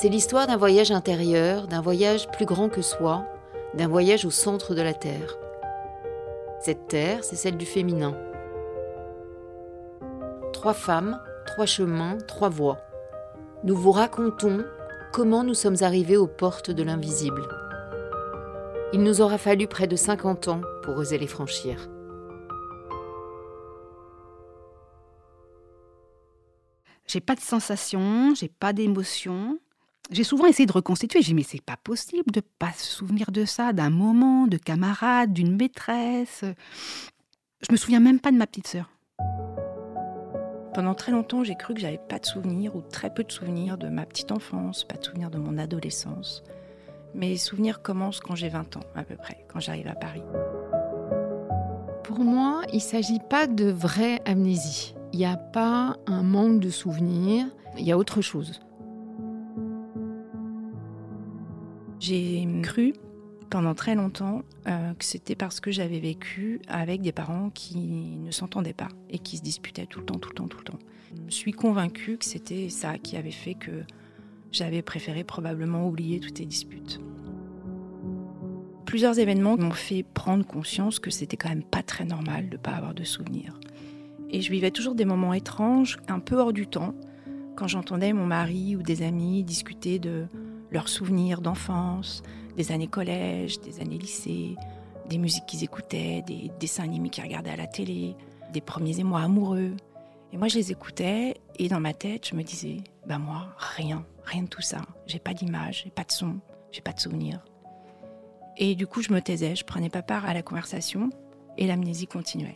C'est l'histoire d'un voyage intérieur, d'un voyage plus grand que soi, d'un voyage au centre de la Terre. Cette Terre, c'est celle du féminin. 3 femmes, 3 chemins, 3 voies. Nous vous racontons comment nous sommes arrivés aux portes de l'invisible. Il nous aura fallu près de 50 ans pour oser les franchir. J'ai pas de sensation, j'ai pas d'émotion. J'ai souvent essayé de reconstituer. J'ai dit, mais c'est pas possible de pas se souvenir de ça, d'un moment, de camarade, d'une maîtresse. Je me souviens même pas de ma petite sœur. Pendant très longtemps, j'ai cru que j'avais pas de souvenirs ou très peu de souvenirs de ma petite enfance, pas de souvenirs de mon adolescence. Mes souvenirs commencent quand j'ai 20 ans, à peu près, quand j'arrive à Paris. Pour moi, il ne s'agit pas de vraie amnésie. Il n'y a pas un manque de souvenirs, il y a autre chose. J'ai cru pendant très longtemps que c'était parce que j'avais vécu avec des parents qui ne s'entendaient pas et qui se disputaient tout le temps. Je me suis convaincue que c'était ça qui avait fait que j'avais préféré probablement oublier toutes les disputes. Plusieurs événements m'ont fait prendre conscience que c'était quand même pas très normal de ne pas avoir de souvenirs. Et je vivais toujours des moments étranges, un peu hors du temps, quand j'entendais mon mari ou des amis discuter de leurs souvenirs d'enfance, des années collège, des années lycée, des musiques qu'ils écoutaient, des dessins animés qu'ils regardaient à la télé, des premiers émois amoureux. Et moi, je les écoutais et dans ma tête, je me disais, moi, rien de tout ça. J'ai pas d'image, j'ai pas de son, j'ai pas de souvenirs. Et du coup, je me taisais, je prenais pas part à la conversation et l'amnésie continuait.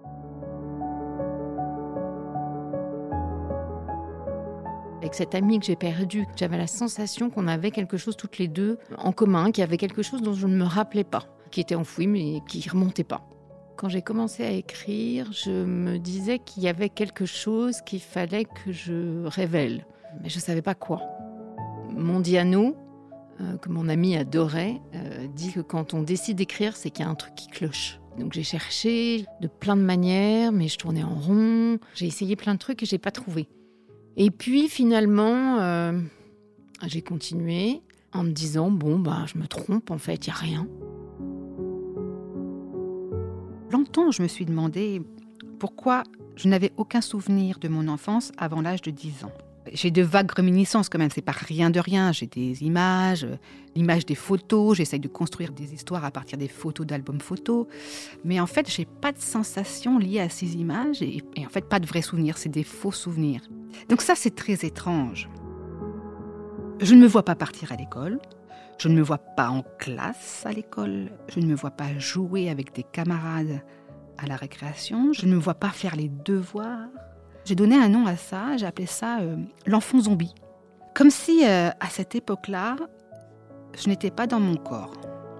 Avec cette amie que j'ai perdue, j'avais la sensation qu'on avait quelque chose toutes les deux en commun, qu'il y avait quelque chose dont je ne me rappelais pas, qui était enfoui mais qui ne remontait pas. Quand j'ai commencé à écrire, je me disais qu'il y avait quelque chose qu'il fallait que je révèle, mais je ne savais pas quoi. Mondiano, que mon ami adorait, dit que quand on décide d'écrire, c'est qu'il y a un truc qui cloche. Donc j'ai cherché de plein de manières, mais je tournais en rond. J'ai essayé plein de trucs et je n'ai pas trouvé. Et puis finalement, j'ai continué en me disant, je me trompe, en fait, il n'y a rien. Longtemps, je me suis demandé pourquoi je n'avais aucun souvenir de mon enfance avant l'âge de 10 ans. J'ai de vagues réminiscences quand même, c'est pas rien de rien. J'ai des images, l'image des photos, j'essaye de construire des histoires à partir des photos d'albums photos. Mais en fait, j'ai pas de sensations liées à ces images et en fait, pas de vrais souvenirs, c'est des faux souvenirs. Donc ça, c'est très étrange. Je ne me vois pas partir à l'école, je ne me vois pas en classe à l'école, je ne me vois pas jouer avec des camarades à la récréation, je ne me vois pas faire les devoirs. J'ai donné un nom à ça, j'ai appelé ça l'enfant zombie. Comme si, à cette époque-là, je n'étais pas dans mon corps.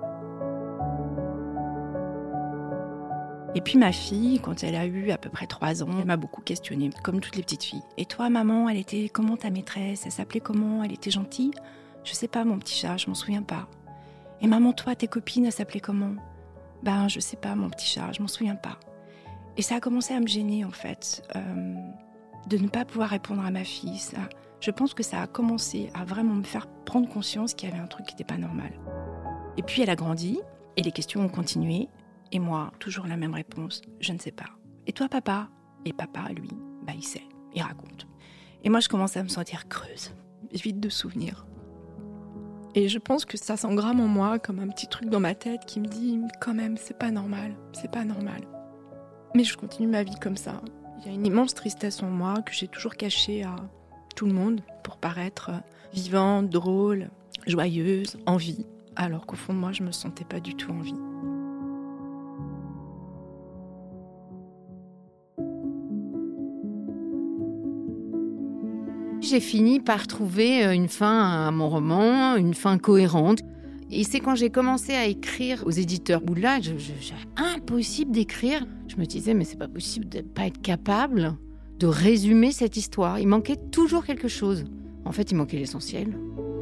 Et puis ma fille, quand elle a eu à peu près 3 ans, elle m'a beaucoup questionnée, comme toutes les petites filles. Et toi, maman, elle était comment ta maîtresse ? Elle s'appelait comment ? Elle était gentille ? Je sais pas, mon petit chat, je m'en souviens pas. Et maman, toi, tes copines, elles s'appelaient comment ? Je sais pas, mon petit chat, je m'en souviens pas. Et ça a commencé à me gêner, en fait, de ne pas pouvoir répondre à ma fille. Ça, je pense que ça a commencé à vraiment me faire prendre conscience qu'il y avait un truc qui n'était pas normal. Et puis elle a grandi, et les questions ont continué. Et moi, toujours la même réponse, je ne sais pas. Et toi, papa ? Et papa, lui, il sait, il raconte. Et moi, je commence à me sentir creuse, vide de souvenirs. Et je pense que ça s'engramme en moi comme un petit truc dans ma tête qui me dit « quand même, c'est pas normal. Mais je continue ma vie comme ça. Il y a une immense tristesse en moi que j'ai toujours cachée à tout le monde pour paraître vivante, drôle, joyeuse, en vie. Alors qu'au fond de moi, je me sentais pas du tout en vie. J'ai fini par trouver une fin à mon roman, une fin cohérente. Et c'est quand j'ai commencé à écrire aux éditeurs où là, impossible d'écrire. Je me disais, mais c'est pas possible de ne pas être capable de résumer cette histoire. Il manquait toujours quelque chose. En fait, il manquait l'essentiel.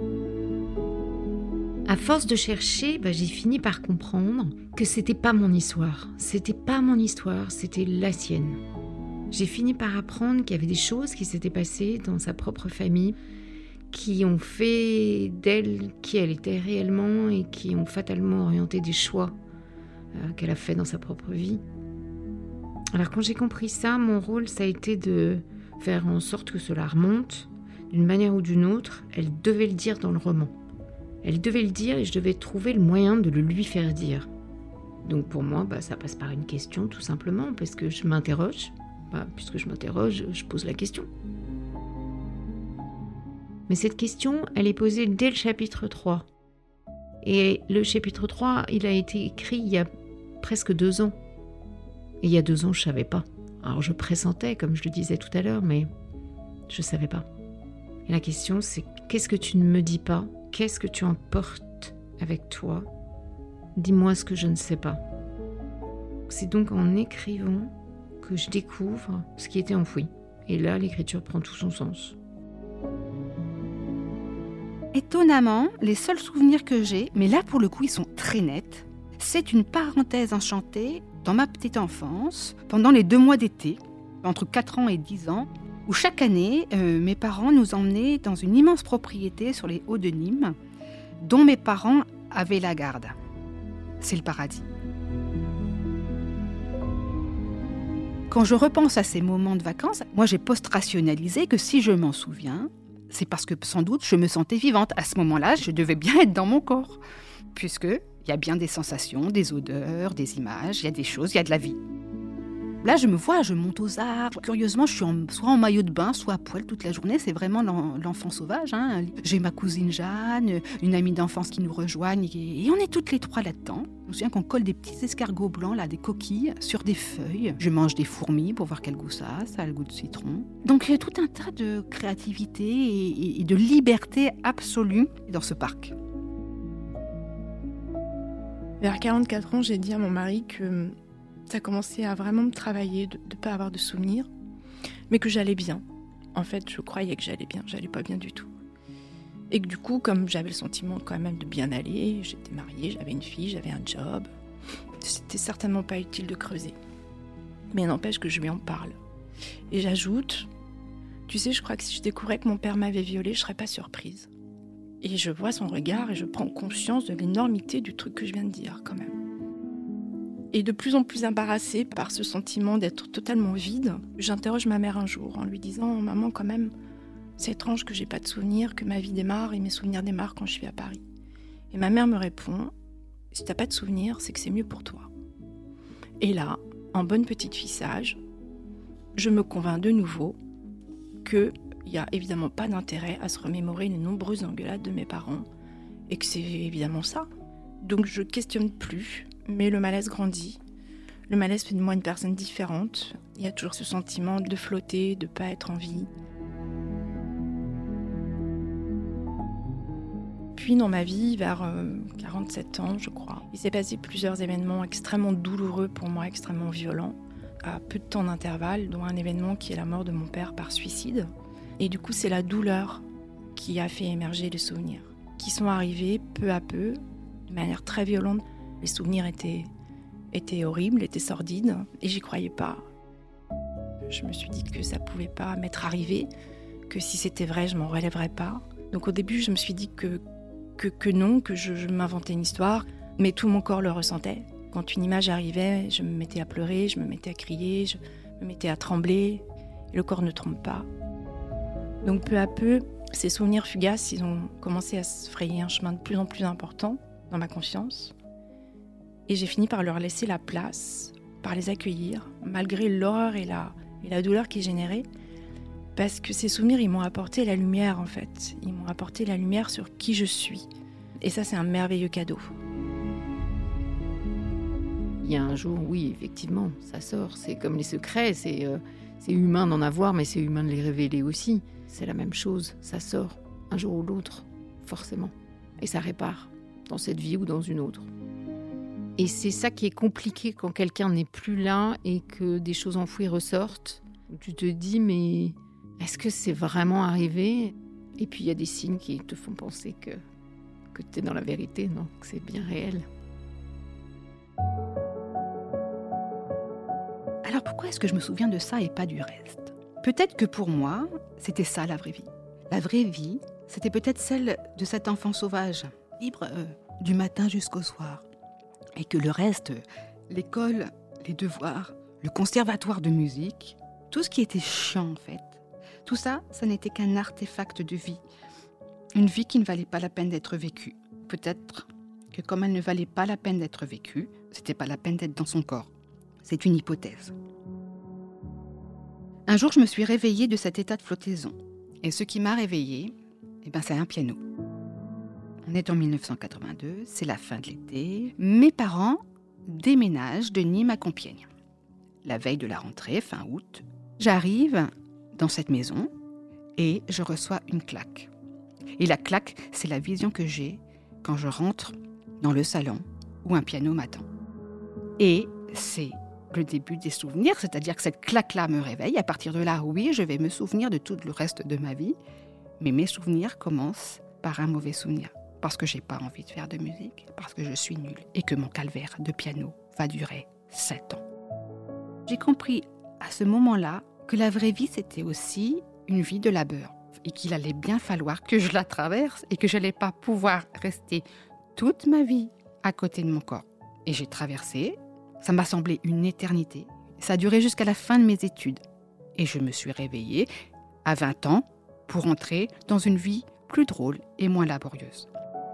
À force de chercher, j'ai fini par comprendre que c'était pas mon histoire. C'était pas mon histoire, c'était la sienne. J'ai fini par apprendre qu'il y avait des choses qui s'étaient passées dans sa propre famille qui ont fait d'elle qui elle était réellement et qui ont fatalement orienté des choix qu'elle a fait dans sa propre vie. Alors quand j'ai compris ça, mon rôle, ça a été de faire en sorte que cela remonte. D'une manière ou d'une autre, elle devait le dire dans le roman. Elle devait le dire et je devais trouver le moyen de le lui faire dire. Donc pour moi, ça passe par une question tout simplement, parce que je m'interroge. Puisque je m'interroge, je pose la question. Mais cette question, elle est posée dès le chapitre 3. Et le chapitre 3, il a été écrit il y a presque 2 ans. Et il y a 2 ans, je ne savais pas. Alors je pressentais, comme je le disais tout à l'heure, mais je ne savais pas. Et la question, c'est qu'est-ce que tu ne me dis pas ? Qu'est-ce que tu emportes avec toi ? Dis-moi ce que je ne sais pas. C'est donc en écrivant que je découvre ce qui était enfoui. Et là, l'écriture prend tout son sens. Étonnamment, les seuls souvenirs que j'ai, mais là pour le coup ils sont très nets, c'est une parenthèse enchantée dans ma petite enfance, pendant les 2 mois d'été, entre 4 ans et 10 ans, où chaque année, mes parents nous emmenaient dans une immense propriété sur les Hauts de Nîmes, dont mes parents avaient la garde. C'est le paradis. Quand je repense à ces moments de vacances, moi j'ai post-rationalisé que si je m'en souviens, c'est parce que sans doute je me sentais vivante. À ce moment-là, je devais bien être dans mon corps, puisqu'il y a bien des sensations, des odeurs, des images, il y a des choses, il y a de la vie. Là, je me vois, je monte aux arbres. Curieusement, je suis soit en maillot de bain, soit à poil toute la journée. C'est vraiment l'enfant sauvage. J'ai ma cousine Jeanne, une amie d'enfance qui nous rejoignent. Et on est toutes les 3 là-dedans. Je me souviens qu'on colle des petits escargots blancs, là, des coquilles, sur des feuilles. Je mange des fourmis pour voir quel goût ça a le goût de citron. Donc, il y a tout un tas de créativité et de liberté absolue dans ce parc. Vers 44 ans, j'ai dit à mon mari que ça commençait à vraiment me travailler de ne pas avoir de souvenirs, mais que j'allais bien. En fait, je croyais que j'allais bien, j'allais pas bien du tout. Et que du coup, comme j'avais le sentiment quand même de bien aller, j'étais mariée, j'avais une fille, j'avais un job, c'était certainement pas utile de creuser. Mais n'empêche que je lui en parle. Et j'ajoute, tu sais, je crois que si je découvrais que mon père m'avait violée, je serais pas surprise. Et je vois son regard et je prends conscience de l'énormité du truc que je viens de dire quand même. Et de plus en plus embarrassée par ce sentiment d'être totalement vide, j'interroge ma mère un jour en lui disant « Maman, quand même, c'est étrange que j'ai pas de souvenirs, que ma vie démarre et mes souvenirs démarrent quand je suis à Paris. » Et ma mère me répond « Si t'as pas de souvenirs, c'est que c'est mieux pour toi. » Et là, en bonne petite fille sage, je me convainc de nouveau qu'il n'y a évidemment pas d'intérêt à se remémorer les nombreuses engueulades de mes parents et que c'est évidemment ça. Donc je questionne plus. Mais le malaise grandit. Le malaise fait de moi une personne différente. Il y a toujours ce sentiment de flotter, de ne pas être en vie. Puis dans ma vie, vers 47 ans, je crois, il s'est passé plusieurs événements extrêmement douloureux pour moi, extrêmement violents, à peu de temps d'intervalle, dont un événement qui est la mort de mon père par suicide. Et du coup, c'est la douleur qui a fait émerger les souvenirs, qui sont arrivés peu à peu, de manière très violente. Les souvenirs étaient horribles, étaient sordides, et j'y croyais pas. Je me suis dit que ça pouvait pas m'être arrivé, que si c'était vrai, je m'en relèverais pas. Donc au début, je me suis dit que non, que je m'inventais une histoire, mais tout mon corps le ressentait. Quand une image arrivait, je me mettais à pleurer, je me mettais à crier, je me mettais à trembler, et le corps ne trompe pas. Donc peu à peu, ces souvenirs fugaces, ils ont commencé à se frayer un chemin de plus en plus important dans ma conscience. Et j'ai fini par leur laisser la place, par les accueillir, malgré l'horreur et la douleur qu'ils généraient. Parce que ces souvenirs, ils m'ont apporté la lumière, en fait. Ils m'ont apporté la lumière sur qui je suis. Et ça, c'est un merveilleux cadeau. Il y a un jour, oui, effectivement, ça sort. C'est comme les secrets, c'est humain d'en avoir, mais c'est humain de les révéler aussi. C'est la même chose, ça sort, un jour ou l'autre, forcément. Et ça répare, dans cette vie ou dans une autre. Et c'est ça qui est compliqué quand quelqu'un n'est plus là et que des choses enfouies ressortent. Tu te dis, mais est-ce que c'est vraiment arrivé ? Et puis il y a des signes qui te font penser que tu es dans la vérité, non ? Que c'est bien réel. Alors pourquoi est-ce que je me souviens de ça et pas du reste ? Peut-être que pour moi, c'était ça la vraie vie. La vraie vie, c'était peut-être celle de cet enfant sauvage, libre du matin jusqu'au soir. Et que le reste, l'école, les devoirs, le conservatoire de musique, tout ce qui était chiant en fait, tout ça, ça n'était qu'un artefact de vie. Une vie qui ne valait pas la peine d'être vécue. Peut-être que comme elle ne valait pas la peine d'être vécue, c'était pas la peine d'être dans son corps. C'est une hypothèse. Un jour, je me suis réveillée de cet état de flottaison. Et ce qui m'a réveillée, c'est un piano. On est en 1982, c'est la fin de l'été. Mes parents déménagent de Nîmes à Compiègne. La veille de la rentrée, fin août, j'arrive dans cette maison et je reçois une claque. Et la claque, c'est la vision que j'ai quand je rentre dans le salon où un piano m'attend. Et c'est le début des souvenirs, c'est-à-dire que cette claque-là me réveille. À partir de là, oui, je vais me souvenir de tout le reste de ma vie, mais mes souvenirs commencent par un mauvais souvenir, parce que j'ai pas envie de faire de musique, parce que je suis nulle et que mon calvaire de piano va durer 7 ans. J'ai compris à ce moment-là que la vraie vie, c'était aussi une vie de labeur et qu'il allait bien falloir que je la traverse et que je n'allais pas pouvoir rester toute ma vie à côté de mon corps. Et j'ai traversé, ça m'a semblé une éternité. Ça a duré jusqu'à la fin de mes études. Et je me suis réveillée à 20 ans pour entrer dans une vie plus drôle et moins laborieuse.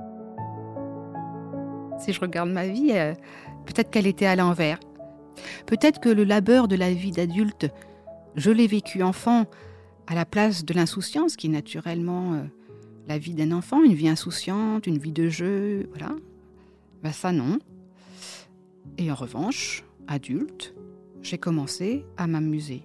Si je regarde ma vie, peut-être qu'elle était à l'envers. Peut-être que le labeur de la vie d'adulte, je l'ai vécu enfant à la place de l'insouciance qui est naturellement la vie d'un enfant, une vie insouciante, une vie de jeu, voilà. Ça non. Et en revanche, adulte, j'ai commencé à m'amuser.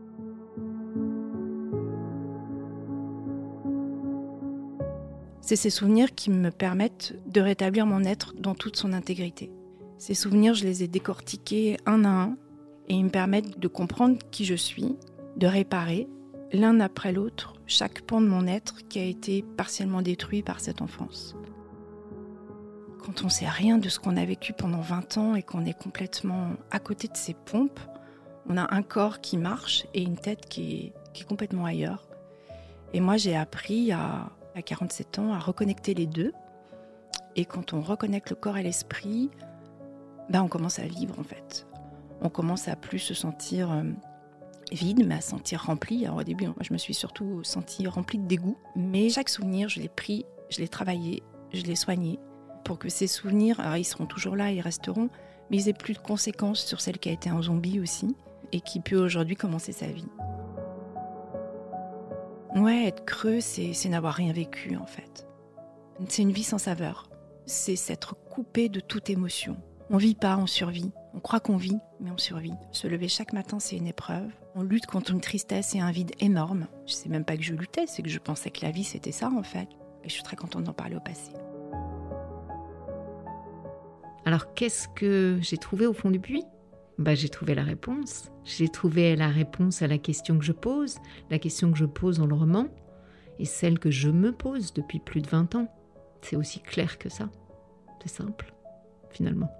C'est ces souvenirs qui me permettent de rétablir mon être dans toute son intégrité. Ces souvenirs, je les ai décortiqués un à un et ils me permettent de comprendre qui je suis, de réparer l'un après l'autre chaque pan de mon être qui a été partiellement détruit par cette enfance. Quand on ne sait rien de ce qu'on a vécu pendant 20 ans et qu'on est complètement à côté de ses pompes, on a un corps qui marche et une tête qui est complètement ailleurs. Et moi, j'ai appris à 47 ans à reconnecter les deux. Et quand on reconnecte le corps et l'esprit, on commence à vivre en fait. On commence à plus se sentir vide, mais à se sentir rempli. Alors au début, moi, je me suis surtout sentie remplie de dégoût. Mais chaque souvenir, je l'ai pris, je l'ai travaillé, je l'ai soigné. Pour que ces souvenirs, alors ils seront toujours là, ils resteront, mais ils aient plus de conséquences sur celle qui a été un zombie aussi, et qui peut aujourd'hui commencer sa vie. Ouais, être creux, c'est n'avoir rien vécu en fait. C'est une vie sans saveur. C'est s'être coupé de toute émotion. On vit pas, on survit. On croit qu'on vit, mais on survit. Se lever chaque matin, c'est une épreuve. On lutte contre une tristesse et un vide énorme. Je sais même pas que je luttais, c'est que je pensais que la vie c'était ça en fait. Et je suis très contente d'en parler au passé. Alors, qu'est-ce que j'ai trouvé au fond du puits ? J'ai trouvé la réponse. J'ai trouvé la réponse à la question que je pose, la question que je pose dans le roman, et celle que je me pose depuis plus de 20 ans. C'est aussi clair que ça. C'est simple, finalement.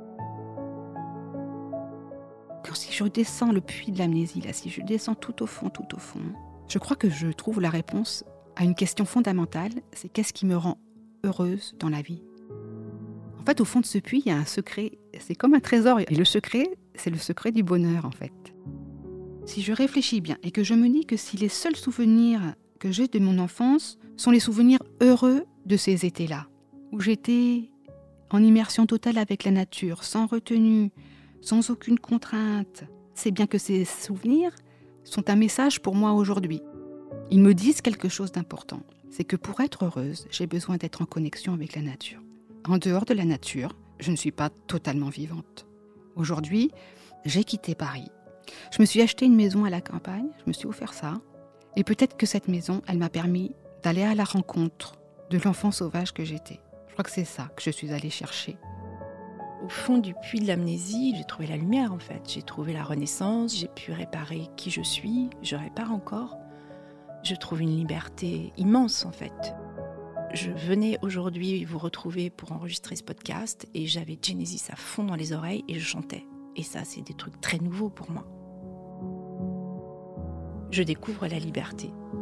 Quand si je descends le puits de l'amnésie, là, si je descends tout au fond, je crois que je trouve la réponse à une question fondamentale, c'est qu'est-ce qui me rend heureuse dans la vie ? En fait, au fond de ce puits, il y a un secret. C'est comme un trésor. Et le secret, c'est le secret du bonheur, en fait. Si je réfléchis bien et que je me dis que si les seuls souvenirs que j'ai de mon enfance sont les souvenirs heureux de ces étés-là, où j'étais en immersion totale avec la nature, sans retenue, sans aucune contrainte, c'est bien que ces souvenirs sont un message pour moi aujourd'hui. Ils me disent quelque chose d'important. C'est que pour être heureuse, j'ai besoin d'être en connexion avec la nature. En dehors de la nature, je ne suis pas totalement vivante. Aujourd'hui, j'ai quitté Paris. Je me suis acheté une maison à la campagne, je me suis offert ça. Et peut-être que cette maison, elle m'a permis d'aller à la rencontre de l'enfant sauvage que j'étais. Je crois que c'est ça que je suis allée chercher. Au fond du puits de l'amnésie, j'ai trouvé la lumière en fait. J'ai trouvé la renaissance, j'ai pu réparer qui je suis, je répare encore. Je trouve une liberté immense en fait. Je venais aujourd'hui vous retrouver pour enregistrer ce podcast et j'avais Genesis à fond dans les oreilles et je chantais. Et ça, c'est des trucs très nouveaux pour moi. Je découvre la liberté.